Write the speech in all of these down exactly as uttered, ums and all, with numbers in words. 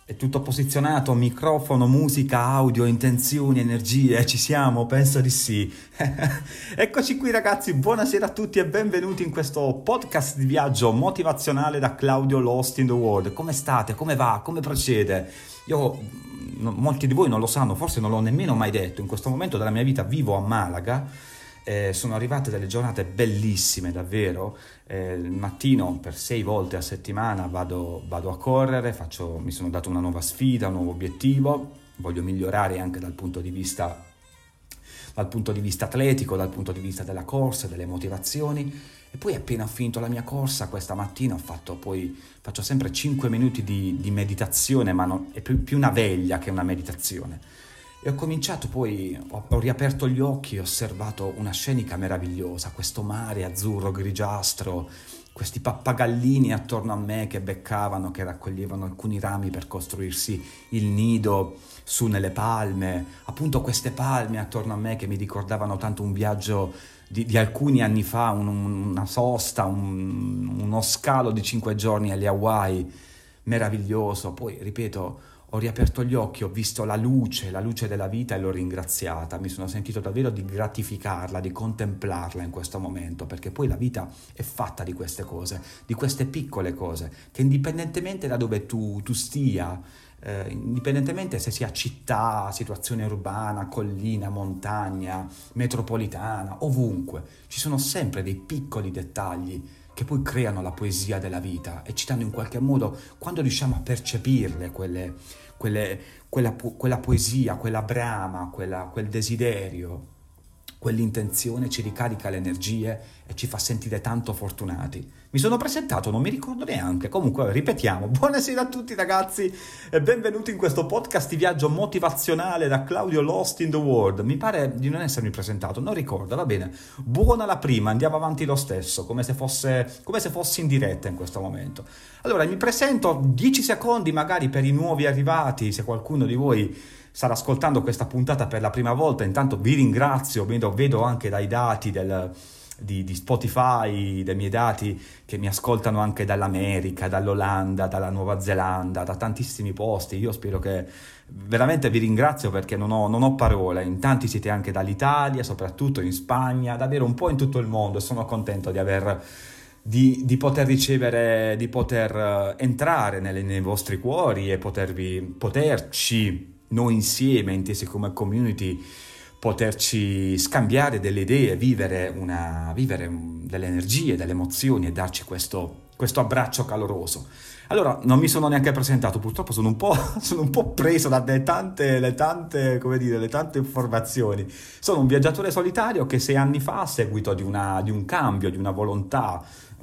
È tutto posizionato, microfono, musica, audio, intenzioni, energie, ci siamo? Penso di sì. Eccoci qui ragazzi, buonasera a tutti e benvenuti in questo podcast di viaggio motivazionale da Claudio Lost in the World. Come state? Come va? Come procede? Io, molti di voi non lo sanno, forse non l'ho nemmeno mai detto, in questo momento della mia vita vivo a Malaga. Eh, sono arrivate delle giornate bellissime davvero, eh, il mattino per sei volte a settimana vado, vado a correre, faccio, mi sono dato una nuova sfida, un nuovo obiettivo, voglio migliorare anche dal punto di vista, dal punto di vista atletico, dal punto di vista della corsa, delle motivazioni. E poi appena finito la mia corsa questa mattina ho fatto poi, faccio sempre cinque minuti di, di meditazione, ma non, è più, più una veglia che una meditazione. E ho cominciato poi, ho, ho riaperto gli occhi e ho osservato una scenica meravigliosa, questo mare azzurro grigiastro, questi pappagallini attorno a me che beccavano, che raccoglievano alcuni rami per costruirsi il nido su nelle palme, appunto queste palme attorno a me che mi ricordavano tanto un viaggio di, di alcuni anni fa, un, una sosta, un, uno scalo di cinque giorni alle Hawaii, meraviglioso. Poi, ripeto, ho riaperto gli occhi, ho visto la luce, la luce della vita e l'ho ringraziata. Mi sono sentito davvero di gratificarla, di contemplarla in questo momento, perché poi la vita è fatta di queste cose, di queste piccole cose, che indipendentemente da dove tu, tu stia, eh, indipendentemente se sia città, situazione urbana, collina, montagna, metropolitana, ovunque, ci sono sempre dei piccoli dettagli che poi creano la poesia della vita e ci danno in qualche modo, quando riusciamo a percepirle, quelle, quelle, quella, quella poesia, quella brama, quella, quel desiderio, quell'intenzione ci ricarica le energie e ci fa sentire tanto fortunati. Mi sono presentato, non mi ricordo neanche, comunque ripetiamo, buonasera a tutti ragazzi e benvenuti in questo podcast di viaggio motivazionale da Claudio Lost in the World. Mi pare di non essermi presentato, non ricordo, va bene, buona la prima, andiamo avanti lo stesso, come se fosse, come se fossi in diretta in questo momento. Allora mi presento, dieci secondi magari per i nuovi arrivati, se qualcuno di voi starà ascoltando questa puntata per la prima volta. Intanto vi ringrazio, vedo, vedo anche dai dati del, di, di Spotify, dai miei dati, che mi ascoltano anche dall'America, dall'Olanda, dalla Nuova Zelanda, da tantissimi posti. Io spero che, veramente vi ringrazio perché non ho, non ho parole. In tanti siete anche dall'Italia, soprattutto in Spagna, davvero un po' in tutto il mondo, e sono contento di aver... Di, di poter ricevere, di poter entrare nelle, nei vostri cuori e potervi, poterci noi insieme, intesi come community, poterci scambiare delle idee, vivere, una, vivere delle energie, delle emozioni e darci questo, questo abbraccio caloroso. Allora, non mi sono neanche presentato, purtroppo sono un po', sono un po' preso dalle tante, le tante, come dire, le tante informazioni. Sono un viaggiatore solitario che sei anni fa, a seguito di, una, di un cambio, di una volontà,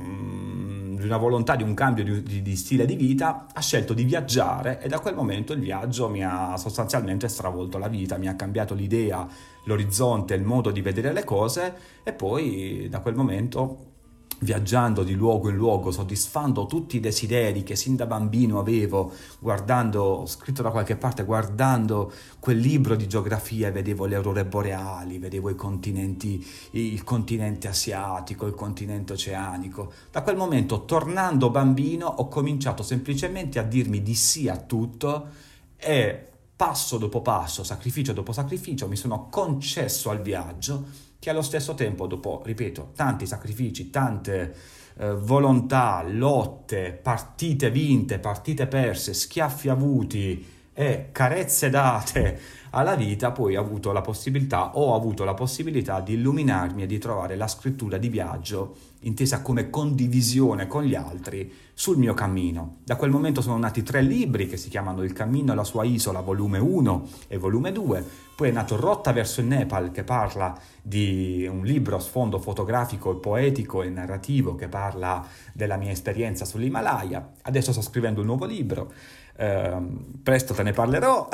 um, di una volontà, di un cambio di, di, di stile di vita, ha scelto di viaggiare e da quel momento il viaggio mi ha sostanzialmente stravolto la vita, mi ha cambiato l'idea, l'orizzonte, il modo di vedere le cose e poi da quel momento, viaggiando di luogo in luogo, soddisfando tutti i desideri che sin da bambino avevo, guardando, scritto da qualche parte, guardando quel libro di geografia, vedevo le aurore boreali, vedevo i continenti, il continente asiatico, il continente oceanico. Da quel momento, tornando bambino, ho cominciato semplicemente a dirmi di sì a tutto e passo dopo passo, sacrificio dopo sacrificio, mi sono concesso al viaggio, che allo stesso tempo, dopo, ripeto, tanti sacrifici, tante eh, volontà, lotte, partite vinte, partite perse, schiaffi avuti e carezze date alla vita, poi ho avuto la possibilità, ho avuto la possibilità di illuminarmi e di trovare la scrittura di viaggio, intesa come condivisione con gli altri, sul mio cammino. Da quel momento sono nati tre libri che si chiamano Il cammino e la sua isola, volume uno e volume due, poi è nato Rotta verso il Nepal, che parla di un libro a sfondo fotografico, poetico e narrativo che parla della mia esperienza sull'Himalaya. Adesso sto scrivendo un nuovo libro, eh, presto te ne parlerò.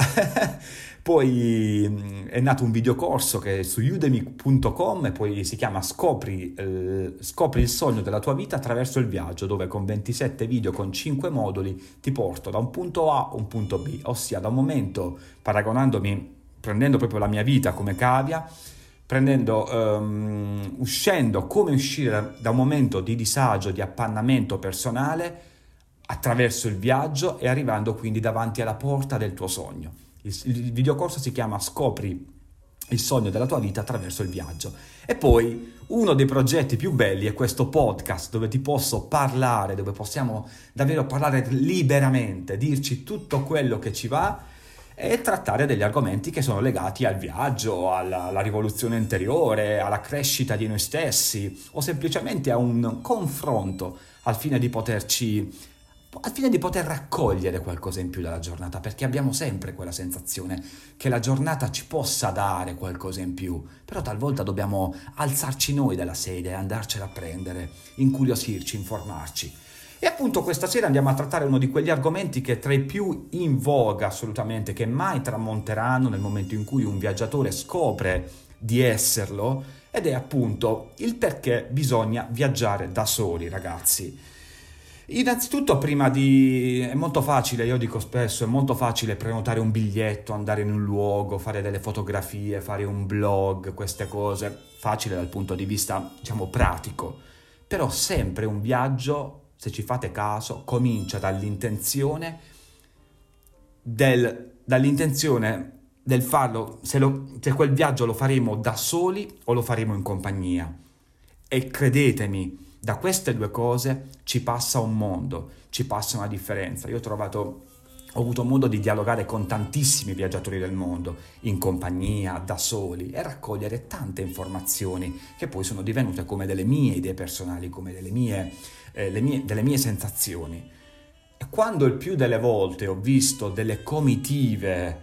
Poi mh, è nato un videocorso che è su udemy punto com e poi si chiama Scopri, eh, Scopri il sogno della tua vita attraverso il viaggio, dove con ventisette video con cinque moduli ti porto da un punto A a un punto B, ossia da un momento, paragonandomi, prendendo proprio la mia vita come cavia, prendendo, um, uscendo, come uscire da, da un momento di disagio, di appannamento personale, attraverso il viaggio e arrivando quindi davanti alla porta del tuo sogno. Il, il videocorso si chiama Scopri il sogno della tua vita attraverso il viaggio. E poi uno dei progetti più belli è questo podcast dove ti posso parlare, dove possiamo davvero parlare liberamente, dirci tutto quello che ci va e trattare degli argomenti che sono legati al viaggio, alla, alla rivoluzione interiore, alla crescita di noi stessi o semplicemente a un confronto al fine di poterci al fine di poter raccogliere qualcosa in più dalla giornata, perché abbiamo sempre quella sensazione che la giornata ci possa dare qualcosa in più, però talvolta dobbiamo alzarci noi dalla sedia e andarcela a prendere, incuriosirci, informarci. E appunto questa sera andiamo a trattare uno di quegli argomenti che tra i più in voga assolutamente, che mai tramonteranno nel momento in cui un viaggiatore scopre di esserlo, ed è appunto il perché bisogna viaggiare da soli, ragazzi. Innanzitutto, prima di... è molto facile, io dico spesso, è molto facile prenotare un biglietto, andare in un luogo, fare delle fotografie, fare un blog, queste cose, facile dal punto di vista, diciamo, pratico. Però sempre un viaggio, se ci fate caso, comincia dall'intenzione del, dall'intenzione del farlo, se, lo, se quel viaggio lo faremo da soli o lo faremo in compagnia. E credetemi, da queste due cose ci passa un mondo, ci passa una differenza. Io ho trovato, ho avuto modo di dialogare con tantissimi viaggiatori del mondo, in compagnia, da soli, e raccogliere tante informazioni che poi sono divenute come delle mie idee personali, come delle mie, eh, le mie, delle mie sensazioni. E quando il più delle volte ho visto delle comitive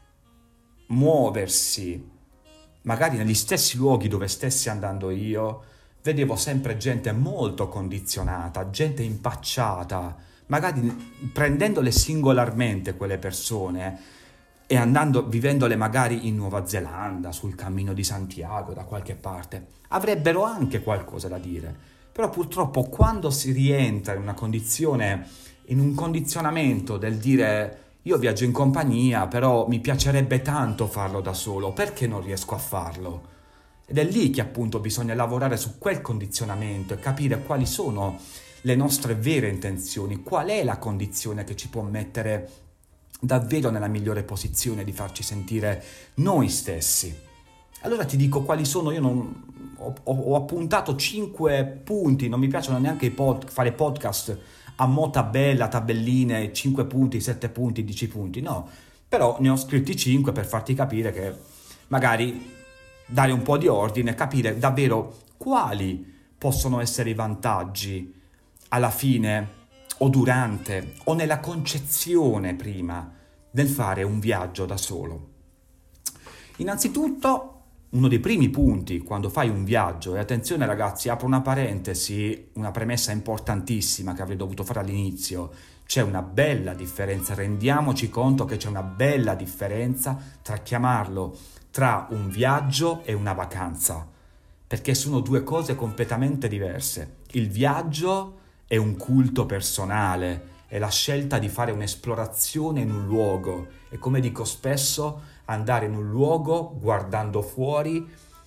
muoversi, magari negli stessi luoghi dove stessi andando io, vedevo sempre gente molto condizionata, gente impacciata, magari prendendole singolarmente quelle persone e andando, vivendole magari in Nuova Zelanda, sul Cammino di Santiago, da qualche parte. Avrebbero anche qualcosa da dire, però purtroppo quando si rientra in una condizione, in un condizionamento del dire io viaggio in compagnia, però mi piacerebbe tanto farlo da solo, perché non riesco a farlo? Ed è lì che appunto bisogna lavorare su quel condizionamento e capire quali sono le nostre vere intenzioni, qual è la condizione che ci può mettere davvero nella migliore posizione di farci sentire noi stessi. Allora ti dico quali sono, io non, ho, ho appuntato cinque punti, non mi piacciono neanche i pod, fare podcast a mo' tabella, tabelline, cinque punti, sette punti, dieci punti, no, però ne ho scritti cinque per farti capire che magari dare un po' di ordine, capire davvero quali possono essere i vantaggi alla fine o durante o nella concezione prima del fare un viaggio da solo. Innanzitutto, uno dei primi punti quando fai un viaggio, e attenzione ragazzi, apro una parentesi, una premessa importantissima che avrei dovuto fare all'inizio, c'è una bella differenza, rendiamoci conto che c'è una bella differenza tra chiamarlo tra un viaggio e una vacanza, perché sono due cose completamente diverse. Il viaggio è un culto personale, è la scelta di fare un'esplorazione in un luogo, e come dico spesso, andare in un luogo guardando fuori,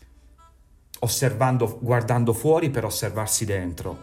osservando, guardando fuori per osservarsi dentro,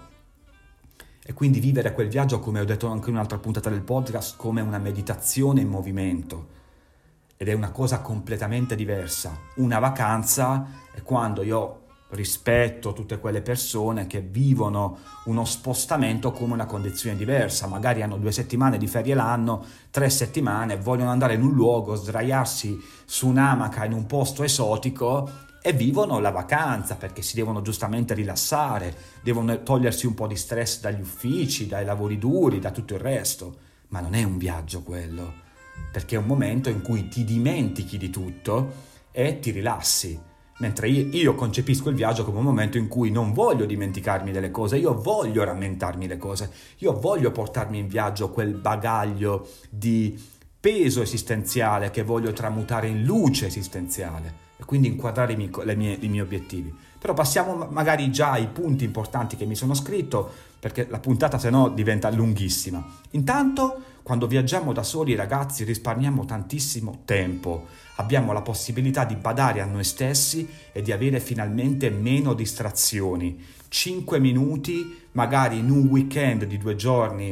e quindi vivere quel viaggio, come ho detto anche in un'altra puntata del podcast, come una meditazione in movimento. Ed è una cosa completamente diversa. Una vacanza è quando io rispetto tutte quelle persone che vivono uno spostamento come una condizione diversa, magari hanno due settimane di ferie l'anno, tre settimane, vogliono andare in un luogo, sdraiarsi su un'amaca in un posto esotico e vivono la vacanza perché si devono giustamente rilassare, devono togliersi un po' di stress dagli uffici, dai lavori duri, da tutto il resto. Ma non è un viaggio quello, perché è un momento in cui ti dimentichi di tutto e ti rilassi, mentre io, io concepisco il viaggio come un momento in cui non voglio dimenticarmi delle cose, io voglio rammentarmi le cose, io voglio portarmi in viaggio quel bagaglio di peso esistenziale che voglio tramutare in luce esistenziale e quindi inquadrare i miei, le mie, i miei obiettivi. Però passiamo magari già ai punti importanti che mi sono scritto, perché la puntata se no diventa lunghissima. Intanto, quando viaggiamo da soli, ragazzi, risparmiamo tantissimo tempo. Abbiamo la possibilità di badare a noi stessi e di avere finalmente meno distrazioni. Cinque minuti, magari in un weekend di due giorni,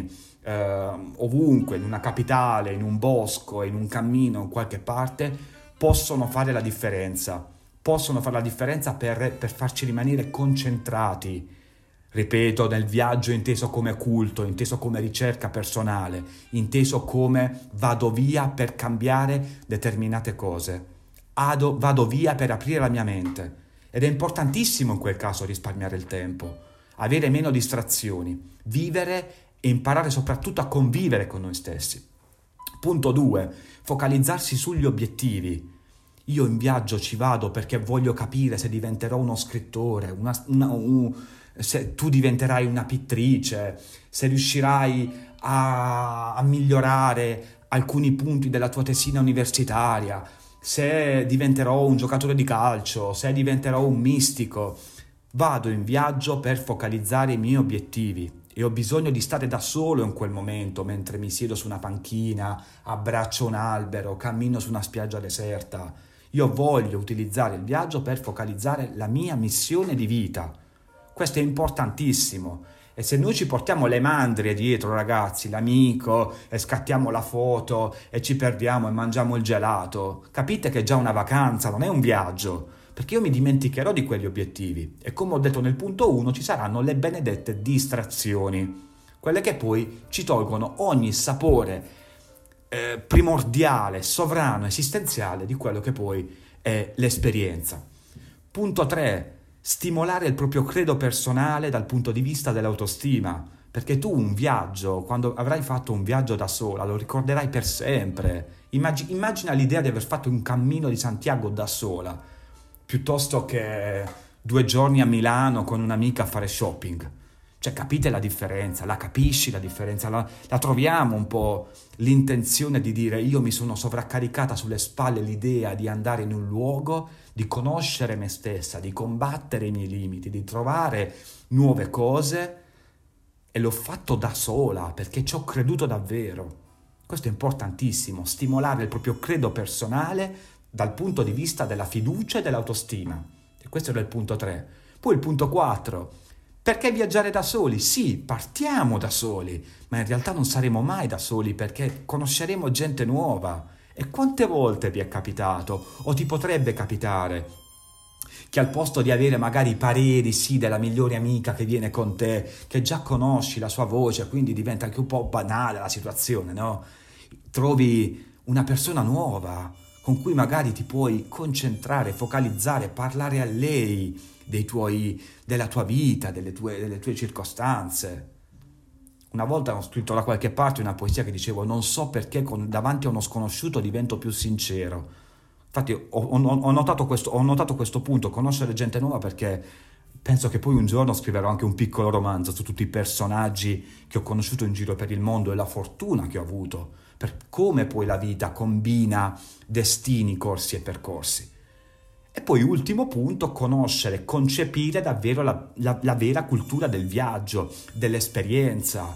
eh, ovunque, in una capitale, in un bosco, in un cammino, in qualche parte, possono fare la differenza. Possono fare la differenza per, per farci rimanere concentrati. Ripeto, nel viaggio inteso come culto, inteso come ricerca personale, inteso come vado via per cambiare determinate cose. Ado, vado via per aprire la mia mente. Ed è importantissimo in quel caso risparmiare il tempo, avere meno distrazioni, vivere e imparare soprattutto a convivere con noi stessi. Punto due. Focalizzarsi sugli obiettivi. Io in viaggio ci vado perché voglio capire se diventerò uno scrittore, una, una, un, se tu diventerai una pittrice, se riuscirai a, a migliorare alcuni punti della tua tesina universitaria, se diventerò un giocatore di calcio, se diventerò un mistico. Vado in viaggio per focalizzare i miei obiettivi e ho bisogno di stare da solo in quel momento, mentre mi siedo su una panchina, abbraccio un albero, cammino su una spiaggia deserta. Io voglio utilizzare il viaggio per focalizzare la mia missione di vita. Questo è importantissimo. E se noi ci portiamo le mandrie dietro, ragazzi, l'amico, e scattiamo la foto e ci perdiamo e mangiamo il gelato, capite che è già una vacanza, non è un viaggio, perché io mi dimenticherò di quegli obiettivi. E come ho detto nel punto uno, ci saranno le benedette distrazioni, quelle che poi ci tolgono ogni sapore eh, primordiale, sovrano, esistenziale di quello che poi è l'esperienza. Punto tre. Stimolare il proprio credo personale dal punto di vista dell'autostima, perché tu un viaggio, quando avrai fatto un viaggio da sola, lo ricorderai per sempre. Immag- immagina l'idea di aver fatto un cammino di Santiago da sola, piuttosto che due giorni a Milano con un'amica a fare shopping. Cioè, capite la differenza, la capisci la differenza, la, la troviamo un po' l'intenzione di dire io mi sono sovraccaricata sulle spalle l'idea di andare in un luogo, di conoscere me stessa, di combattere i miei limiti, di trovare nuove cose e l'ho fatto da sola perché ci ho creduto davvero. Questo è importantissimo, stimolare il proprio credo personale dal punto di vista della fiducia e dell'autostima. E questo era il punto tre. Poi il punto quattro. Perché viaggiare da soli? Sì, partiamo da soli, ma in realtà non saremo mai da soli perché conosceremo gente nuova. E quante volte vi è capitato, o ti potrebbe capitare, che al posto di avere magari i pareri, sì, della migliore amica che viene con te, che già conosci la sua voce, quindi diventa anche un po' banale la situazione, no? Trovi una persona nuova con cui magari ti puoi concentrare, focalizzare, parlare a lei dei tuoi, della tua vita, delle tue, delle tue circostanze. Una volta ho scritto da qualche parte una poesia che dicevo non so perché con, davanti a uno sconosciuto divento più sincero. Infatti ho, ho, ho, notato questo, ho notato questo punto, conoscere gente nuova, perché penso che poi un giorno scriverò anche un piccolo romanzo su tutti i personaggi che ho conosciuto in giro per il mondo e la fortuna che ho avuto, per come poi la vita combina destini, corsi e percorsi. E poi ultimo punto, conoscere, concepire davvero la, la, la vera cultura del viaggio, dell'esperienza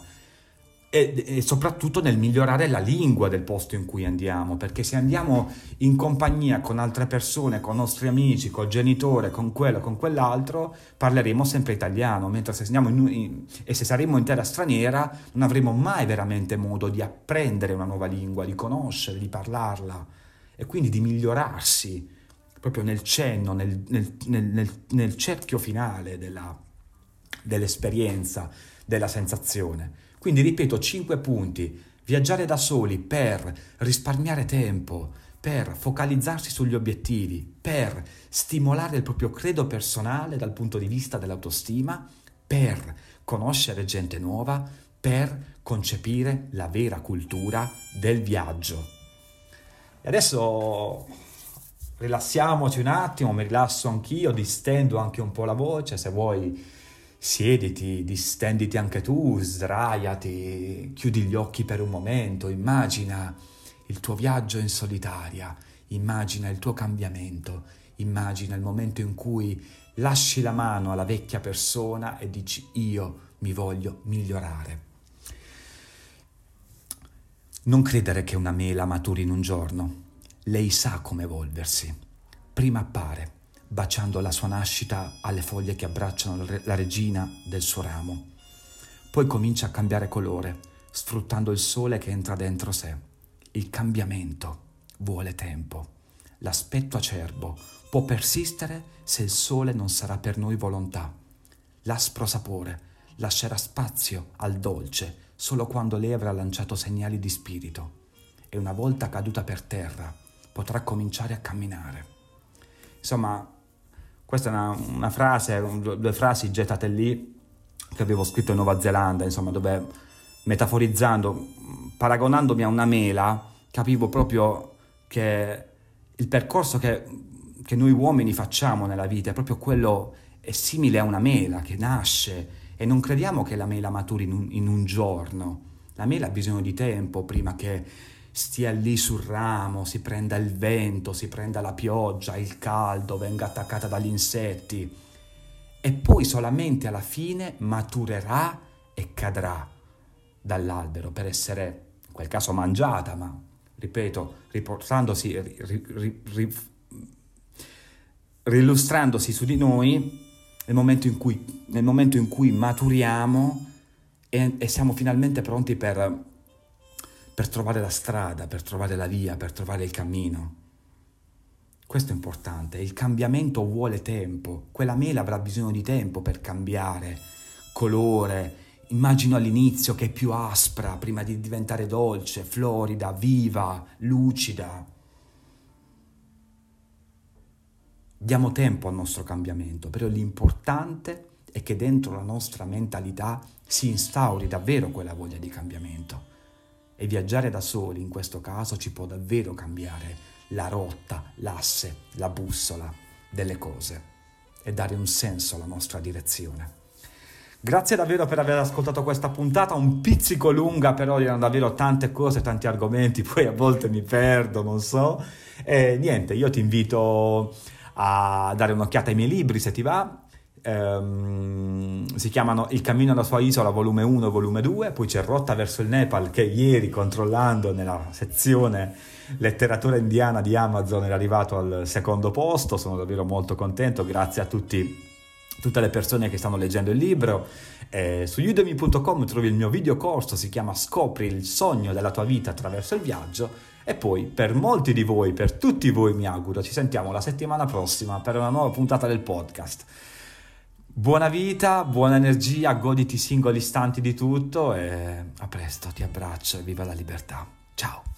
e, e soprattutto nel migliorare la lingua del posto in cui andiamo, perché se andiamo in compagnia con altre persone, con nostri amici, col genitore, con quello, con quell'altro, parleremo sempre italiano, mentre se andiamo in, in, e se saremo in terra straniera non avremo mai veramente modo di apprendere una nuova lingua, di conoscere, di parlarla e quindi di migliorarsi proprio nel cenno, nel, nel, nel, nel cerchio finale della, dell'esperienza, della sensazione. Quindi ripeto, cinque punti: viaggiare da soli per risparmiare tempo, per focalizzarsi sugli obiettivi, per stimolare il proprio credo personale dal punto di vista dell'autostima, per conoscere gente nuova, per concepire la vera cultura del viaggio. E adesso rilassiamoci un attimo, mi rilasso anch'io, distendo anche un po' la voce, se vuoi siediti, distenditi anche tu, sdraiati, chiudi gli occhi per un momento, immagina il tuo viaggio in solitaria, immagina il tuo cambiamento, immagina il momento in cui lasci la mano alla vecchia persona e dici io mi voglio migliorare. Non credere che una mela maturi in un giorno. Lei sa come evolversi. Prima appare, baciando la sua nascita alle foglie che abbracciano la regina del suo ramo. Poi comincia a cambiare colore, sfruttando il sole che entra dentro sé. Il cambiamento vuole tempo. L'aspetto acerbo può persistere se il sole non sarà per noi volontà. L'aspro sapore lascerà spazio al dolce solo quando lei avrà lanciato segnali di spirito e una volta caduta per terra potrà cominciare a camminare. Insomma, questa è una, una frase, due frasi gettate lì che avevo scritto in Nuova Zelanda, insomma, dove metaforizzando, paragonandomi a una mela, capivo proprio che il percorso che, che noi uomini facciamo nella vita è proprio quello, è simile a una mela che nasce e non crediamo che la mela maturi in un, in un giorno. La mela ha bisogno di tempo prima che stia lì sul ramo, si prenda il vento, si prenda la pioggia, il caldo, venga attaccata dagli insetti e poi solamente alla fine maturerà e cadrà dall'albero per essere, in quel caso, mangiata, ma ripeto, riportandosi, ri, ri, ri, rilustrandosi su di noi nel momento in cui, nel momento in cui maturiamo e, e siamo finalmente pronti per, per trovare la strada, per trovare la via, per trovare il cammino. Questo è importante, il cambiamento vuole tempo, quella mela avrà bisogno di tempo per cambiare colore. Immagino all'inizio che è più aspra prima di diventare dolce, florida, viva, lucida. Diamo tempo al nostro cambiamento, però l'importante è che dentro la nostra mentalità si instauri davvero quella voglia di cambiamento. E viaggiare da soli, in questo caso, ci può davvero cambiare la rotta, l'asse, la bussola delle cose e dare un senso alla nostra direzione. Grazie davvero per aver ascoltato questa puntata, un pizzico lunga, però erano davvero tante cose, tanti argomenti, poi a volte mi perdo, non so. E niente, io ti invito a dare un'occhiata ai miei libri se ti va. Ehm, si chiamano Il cammino alla sua isola, volume uno e volume due, poi c'è Rotta verso il Nepal, che ieri, controllando nella sezione letteratura indiana di Amazon, era arrivato al secondo posto. Sono davvero molto contento, grazie a tutti tutte le persone che stanno leggendo il libro. Eh, su udemy punto com trovi il mio videocorso, si chiama Scopri il sogno della tua vita attraverso il viaggio. E poi, per molti di voi, per tutti voi mi auguro, ci sentiamo la settimana prossima per una nuova puntata del podcast. Buona vita, buona energia, goditi i singoli istanti di tutto e a presto, ti abbraccio e viva la libertà. Ciao!